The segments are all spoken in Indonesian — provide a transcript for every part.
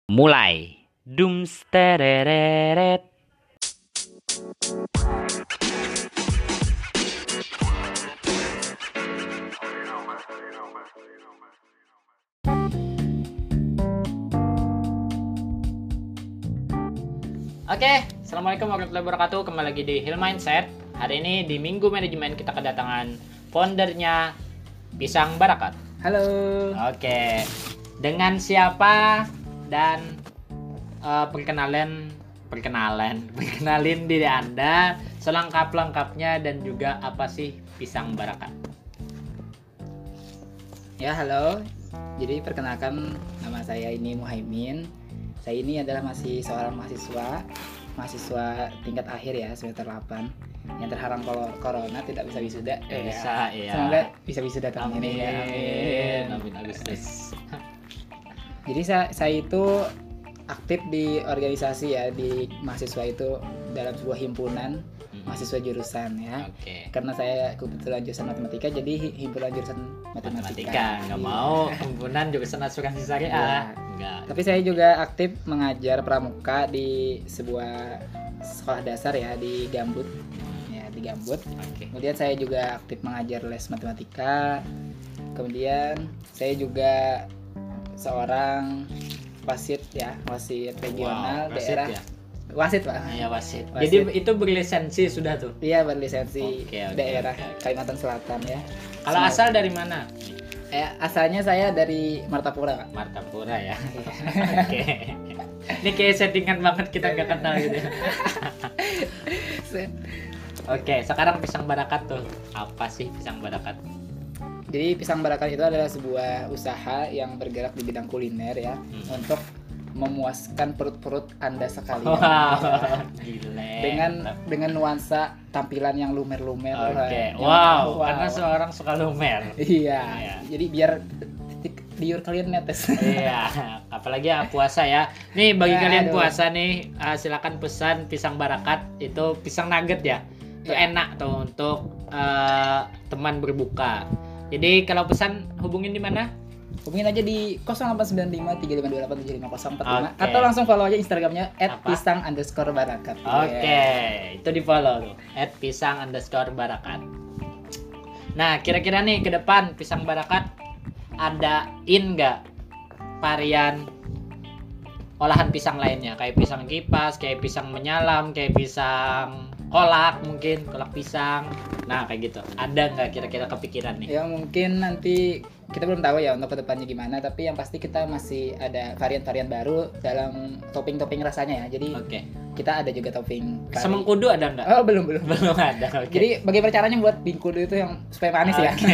Mulai. Dumstereret. Oke, assalamualaikum warahmatullahi wabarakatuh. Kembali lagi di Hill Mindset. Hari ini di Minggu Manajemen kita kedatangan foundernya Pisang Barakat. Halo. Oke, dengan siapa dan perkenalin diri Anda selengkap-lengkapnya dan juga apa sih Pisang Barakat? Ya, halo. Jadi perkenalkan, nama saya ini Muhaimin. Saya ini adalah seorang mahasiswa tingkat akhir ya, semester 8 yang terhalang corona tidak bisa wisuda. Bisa, iya. Semoga bisa wisuda tahun ini ya. Amin Agustus. Jadi saya itu aktif di organisasi ya, di mahasiswa itu dalam sebuah himpunan mahasiswa jurusan ya. Oke. Karena saya kebetulan jurusan matematika, jadi himpunan jurusan matematika. Nggak mau himpunan jurusan asuransi syariah. Ya. Enggak. Tapi saya juga aktif mengajar pramuka di sebuah sekolah dasar ya, di Gambut. Ya, di Gambut. Oke. Kemudian saya juga aktif mengajar les matematika. Kemudian saya juga seorang wasit regional Wasit daerah. ya? Wasit, Pak. Iya, wasit. Jadi itu berlisensi sudah tuh. Iya, berlisensi Oke, daerah oke. Kalimantan Selatan ya. Kalau asal dari mana? Asalnya saya dari Martapura, Pak. Martapura ya. Oke. Ini kayak settingan banget kita nggak kenal gitu. Oke, sekarang Pisang Barakat tuh. Apa sih Pisang Barakat? Jadi Pisang Barakat itu adalah sebuah usaha yang bergerak di bidang kuliner ya, untuk memuaskan perut-perut Anda sekalian. Wow, gile. Dengan nuansa tampilan yang lumer-lumer. Oke. Wow, karena seorang suka lumer. Iya. Iya. Jadi biar liur kalian netes. Iya, apalagi ya puasa ya. Nih bagi kalian Aduh. puasa nih, silakan pesan Pisang Barakat. Itu pisang nugget ya. Itu Iya. enak tuh untuk teman berbuka. Jadi kalau pesan hubungin di mana? Hubungin aja di 0895 3528 7545 Oke. atau langsung follow aja Instagramnya Apa? @pisang_barakat. Oke, itu di follow tuh @pisang_barakat. Nah, kira-kira nih ke depan Pisang Barakat adain nggak varian olahan pisang lainnya, kayak pisang kipas, kayak pisang menyalam, kayak pisang kolak, mungkin kolak pisang. Nah, kayak gitu. Ada nggak kira-kira kepikiran nih? Ya mungkin nanti kita belum tahu ya untuk kedepannya gimana, tapi yang pasti kita masih ada varian-varian baru dalam topping-topping rasanya ya. Jadi Oke. kita ada juga topping kari. Semengkudu ada nggak? Oh, belum. Belum ada. Oke. Jadi bagaimana caranya buat bingkudu itu yang supaya manis ya? Oke.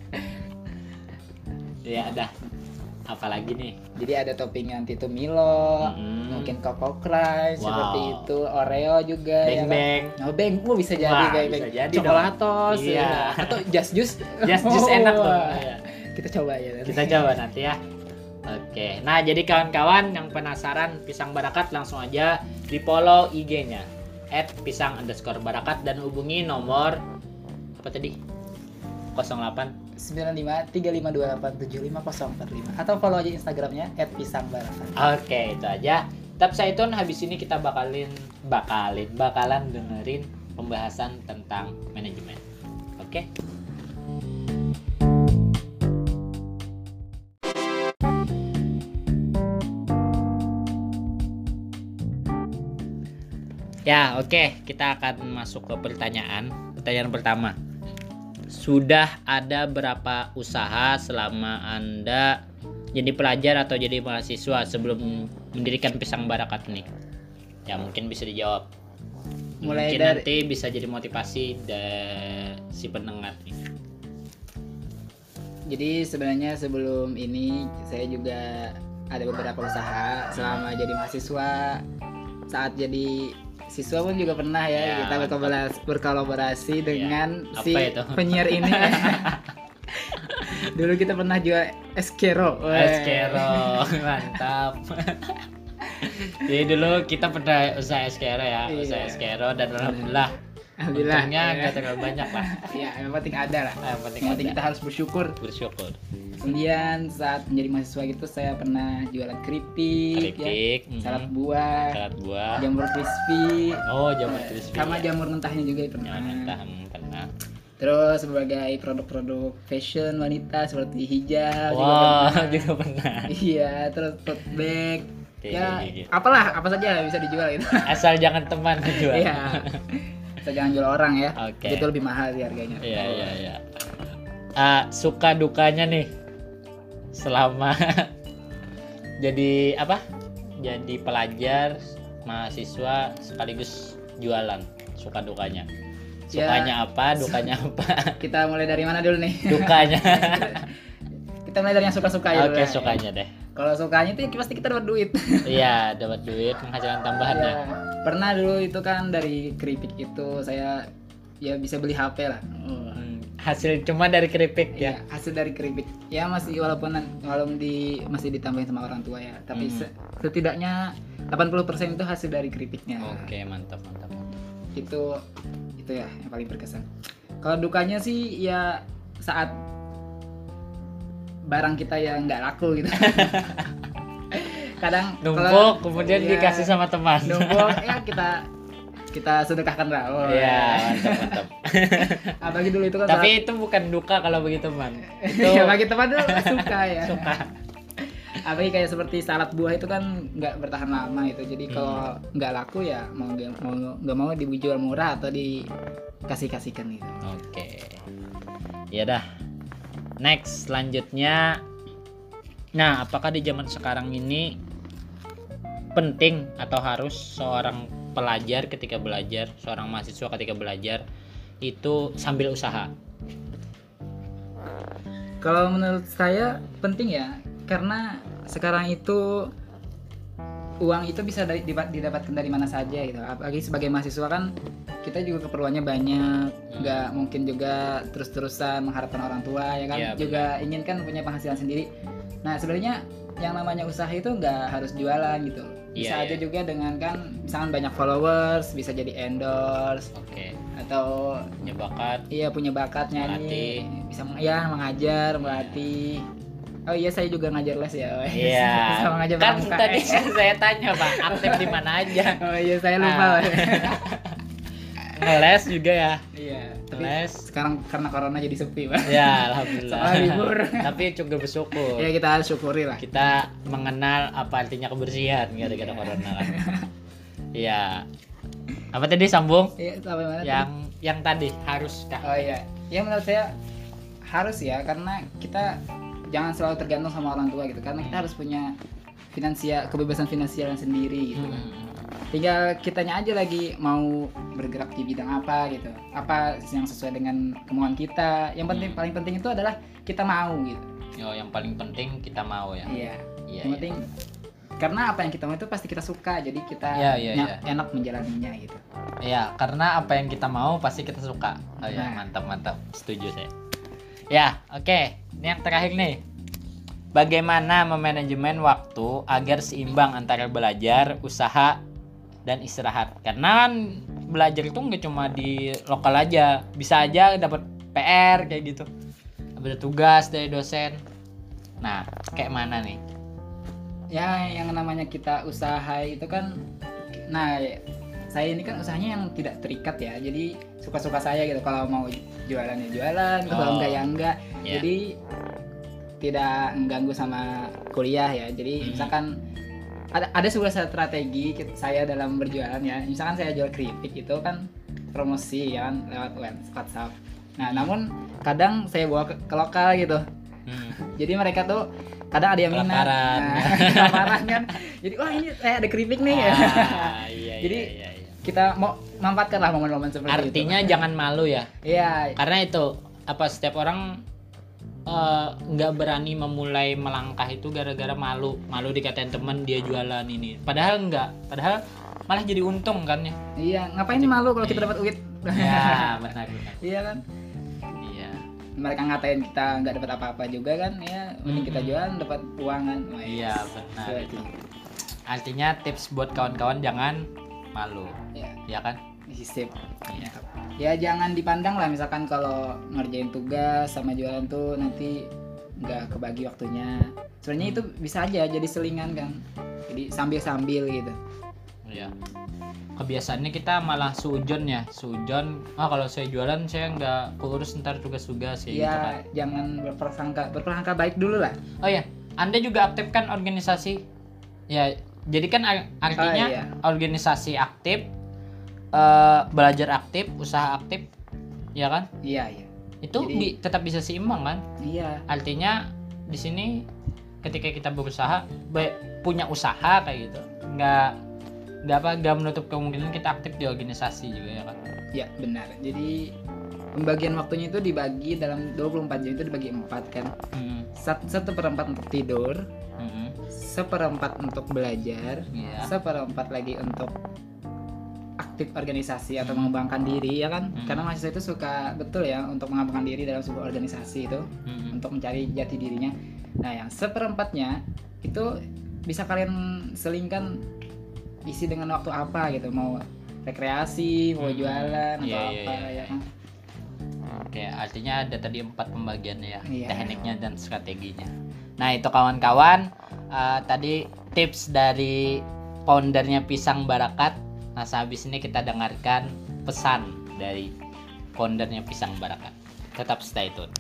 Ya ada. Apalagi nih? Jadi ada topping nanti itu Milo, mungkin Coco Crunch, Wow. seperti itu, Oreo juga. Beng beng. Oh, beng, bisa jadi Wah, beng. bisa jadi Coklatos, Iya. atau Just Juice. Just enak tuh. Iya. Kita coba ya nanti. Kita coba nanti ya. Oke. Nah, jadi kawan-kawan yang penasaran Pisang Barakat langsung aja di follow IG-nya @pisang_barakat dan hubungi nomor apa tadi? 08 95 3528 75045 atau follow aja Instagramnya @pisang_barakat. Oke, itu aja. Tetap stay tune, habis ini kita bakalan dengerin pembahasan tentang manajemen. Oke. Ya, oke. Kita akan masuk ke pertanyaan pertama. Sudah ada berapa usaha selama Anda jadi pelajar atau jadi mahasiswa sebelum mendirikan Pisang Barakat nih? Ya, mungkin bisa dijawab. Mulai Mungkin dari- nanti bisa jadi motivasi dari si pendengar nih. Jadi sebenarnya sebelum ini saya juga ada beberapa usaha selama jadi mahasiswa. Saat jadi siswa pun juga pernah ya, Ya, kita berkolaborasi dengan apa si itu? penyiar ini. Dulu kita pernah jual Eskero. Eskero, mantap. Jadi dulu kita pernah usaha Eskero ya, Iya. usaha Eskero dan alhamdulillah Alhamdulillah. Untungnya Ya. nggak terlalu banyak lah. Ya, yang penting ada lah. Yang penting Yang penting ada. kita harus bersyukur. Bersyukur. Kemudian saat menjadi mahasiswa gitu saya pernah jualan keripik, Keripik, ya, salad buah, salad buah. jamur crispy, Oh, jamur crispy. sama ya. jamur mentahnya juga pernah. Jamur mentah pernah. Terus sebagai produk-produk fashion wanita seperti hijab juga Wah, pernah. juga pernah. Iya, terus tote bag. Oke, Ya, oke. apalah, apa saja bisa dijual itu. Asal jangan teman jual. Iya. Kita jangan jual orang ya. Oke. Itu lebih mahal sih harganya. Iya, iya, iya. Suka dukanya nih selama jadi apa? Jadi pelajar, mahasiswa sekaligus jualan. Suka dukanya. Ya. Sukanya apa, dukanya apa? Kita mulai dari mana dulu nih? Dukanya. Kita mulai dari yang suka-suka ya. Oke, dulu ya. sukanya deh. Kalau sukanya itu pasti kita dapat duit. Iya, dapat duit, penghasilan tambahan ya. Ya, pernah dulu itu kan dari keripik itu saya ya bisa beli HP lah. Oh. Hasil cuma dari keripik Ya, ya. hasil dari keripik. Ya masih walaupun masih ditambahin sama orang tua ya, tapi setidaknya 80% itu hasil dari keripiknya. Oke, mantap, mantap, mantap. Itu ya yang paling berkesan. Kalau dukanya sih ya saat barang kita yang nggak laku gitu. Kadang Numpuk kemudian iya, dikasih sama teman. numpuk ya kita sedekahkan lah. Oh, Iya, mantap, mantap. Apalagi dulu itu kan Tapi itu bukan duka kalau bagi teman. Itu ya bagi teman tuh suka ya. suka. Apalagi kayak seperti salad buah itu kan nggak bertahan lama itu. Jadi kalau nggak laku ya mau nggak mau dijual murah atau dikasihkan gitu. Oke. Ya dah. Next, selanjutnya. Nah, apakah di zaman sekarang ini penting atau harus seorang pelajar ketika belajar, seorang mahasiswa ketika belajar itu sambil usaha? Kalau menurut saya penting ya, karena sekarang itu uang itu bisa didapatkan dari mana saja gitu. Apalagi sebagai mahasiswa kan kita juga keperluannya banyak, nggak mungkin juga terus-terusan mengharapkan orang tua ya kan. Iya, Juga ingin kan punya penghasilan sendiri. Nah sebenarnya yang namanya usaha itu nggak harus jualan gitu. Bisa Iya, aja iya. juga dengan kan misalkan banyak followers, bisa jadi endorse Oke. atau Punya bakat. iya punya bakat nyanyi, bisa ya mengajar, melatih. Oh iya saya juga ngajar les ya. Iya. Bisa mengajar Kan pramuka. tadi saya tanya, Pak, aktif di mana aja? Oh iya saya lupa. Ah. Ngeles juga ya. Iya. Tapi Les. sekarang karena corona jadi sepi, Pak. Ya, alhamdulillah. Soalnya libur. Tapi juga bersyukur. Ya kita harus syukuri lah. Kita mengenal apa artinya kebersihan gara-gara corona kan. Iya. Apa tadi sambung? Iya, sampai mana? Yang tadi harus Kak. Oh iya. Ya menurut saya harus ya karena kita jangan selalu tergantung sama orang tua gitu. Karena kita harus punya kebebasan finansial yang sendiri gitu. Tinggal kitanya aja lagi mau bergerak di bidang apa gitu, apa yang sesuai dengan kemauan kita. Yang penting paling penting itu adalah kita mau gitu. Yo, yang paling penting kita mau ya. Iya. Iya. Yang penting karena apa yang kita mau itu pasti kita suka, jadi kita Iya. enak menjalaninya gitu. Iya, karena apa yang kita mau pasti kita suka. Oh ya, Nah. mantap. Setuju saya. Ya, oke. Ini yang terakhir nih. Bagaimana memanajemen waktu agar seimbang antara belajar, usaha, dan istirahat? Karena kan belajar itu nggak cuma di lokal aja, bisa aja dapat PR kayak gitu, dapat tugas dari dosen. Nah, kayak mana nih? Ya yang namanya kita usaha itu kan, nah saya ini kan usahanya yang tidak terikat ya, jadi suka-suka saya gitu. Kalau mau jualan ya jualan, kalau Oh. enggak ya enggak. Ya. Jadi tidak mengganggu sama kuliah ya. Jadi misalkan ada sebuah strategi saya dalam berjualan ya. Misalkan saya jual keripik itu kan promosi ya kan lewat WhatsApp. Nah, namun kadang saya bawa ke lokal gitu. Jadi mereka tuh kadang ada yang minat. Laparan. Laparan kan. Jadi wah ini saya ada keripik nih ya. Iya, Jadi, iya. Kita mau manfaatkan lah momen-momen seperti itu. Artinya jangan malu ya. Iya. Karena itu apa setiap orang nggak berani memulai melangkah itu gara-gara malu dikatain temen dia jualan ini, padahal malah jadi untung kan ya. Iya, ngapain malu kalau kita dapat duit? Ya benar. Iya kan? Iya. Mereka ngatain kita nggak dapat apa-apa juga kan ya, mending kita jualan dapat uang kan. Wah, Iya benar seperti itu. itu. Artinya tips buat kawan-kawan jangan malu, Ya. ya kan? Sip. Ya jangan dipandang lah misalkan kalau ngerjain tugas sama jualan tuh nanti nggak kebagi waktunya. Sebenarnya itu bisa aja jadi selingan kan. Jadi sambil-sambil gitu. Iya. Kebiasaannya kita malah sujon ya, sujon. Kalau saya jualan saya nggak keurus ntar tugas-tugas ya, gitu kan. Ya jangan berprasangka baik dulu lah. Oh ya, Anda juga aktif kan organisasi? Ya, jadi kan artinya iya. organisasi aktif, belajar aktif, usaha aktif, ya kan? Iya, iya. Itu Jadi- tetap bisa seimbang kan? Iya. Artinya di sini ketika kita berusaha, punya usaha kayak gitu, nggak menutup kemungkinan kita aktif di organisasi juga ya kan? Ya, benar. Jadi pembagian waktunya itu dibagi dalam 24 jam itu dibagi 4 kan. Hmm. 1/4 untuk tidur, Hmm. 1/4 untuk belajar, Iya. 1/4 lagi untuk aktif organisasi atau mengembangkan diri ya kan. Karena mahasiswa itu suka betul ya untuk mengembangkan diri dalam sebuah organisasi itu Hmm. untuk mencari jati dirinya. Nah, yang 1/4-nya itu bisa kalian selingkan isi dengan waktu apa gitu, mau rekreasi, mau jualan atau Iya, apa iya, ya kan. Oke, artinya ada tadi 4 pembagiannya ya, Iya. tekniknya dan strateginya. Nah itu kawan-kawan, tadi tips dari foundernya Pisang Barakat. Nah sehabis ini kita dengarkan pesan dari foundernya Pisang Barakat. Tetap stay tune.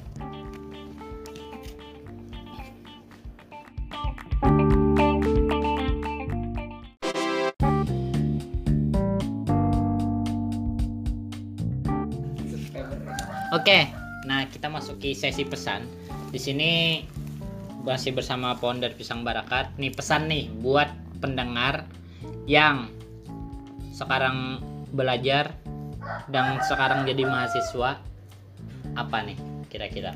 Oke, nah kita masuki sesi pesan. Di sini masih bersama founder Pisang Barakat. Nih pesan nih buat pendengar yang sekarang belajar dan sekarang jadi mahasiswa. Apa nih kira-kira?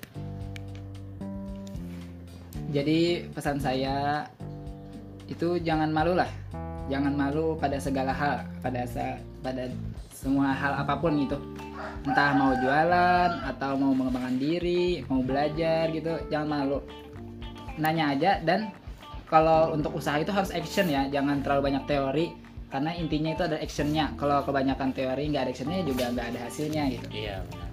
Jadi pesan saya itu jangan malu lah, jangan malu pada segala hal, pada semua hal apapun gitu. Entah mau jualan atau mau mengembangkan diri, mau belajar gitu, jangan malu. Nanya aja, dan kalau untuk usaha itu harus action ya, jangan terlalu banyak teori karena intinya itu ada actionnya. Kalau kebanyakan teori nggak ada actionnya juga nggak ada hasilnya gitu. Iya benar.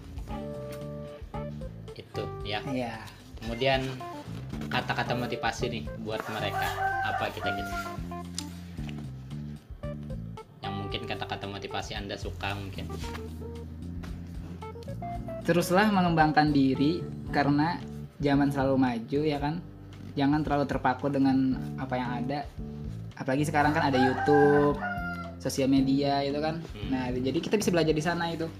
Itu ya. Iya. Kemudian kata-kata motivasi nih buat mereka. Apa kita gitu? Yang mungkin kata-kata motivasi Anda suka mungkin. Teruslah mengembangkan diri karena zaman selalu maju ya kan. Jangan terlalu terpaku dengan apa yang ada. Apalagi sekarang kan ada YouTube, sosial media itu kan. Nah, jadi kita bisa belajar di sana itu.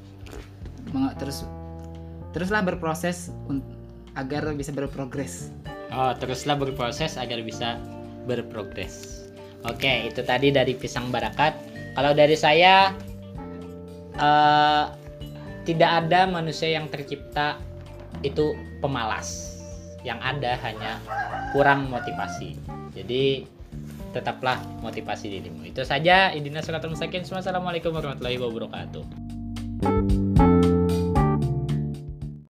Teruslah berproses agar bisa berprogres. Oh, teruslah berproses agar bisa berprogres. Oke, itu tadi dari Pisang Barakat. Kalau dari saya, tidak ada manusia yang tercipta itu pemalas. Yang ada hanya kurang motivasi. Jadi tetaplah motivasi dirimu. Itu saja. Idina Suratul Mustakin. Wassalamualaikum warahmatullahi wabarakatuh.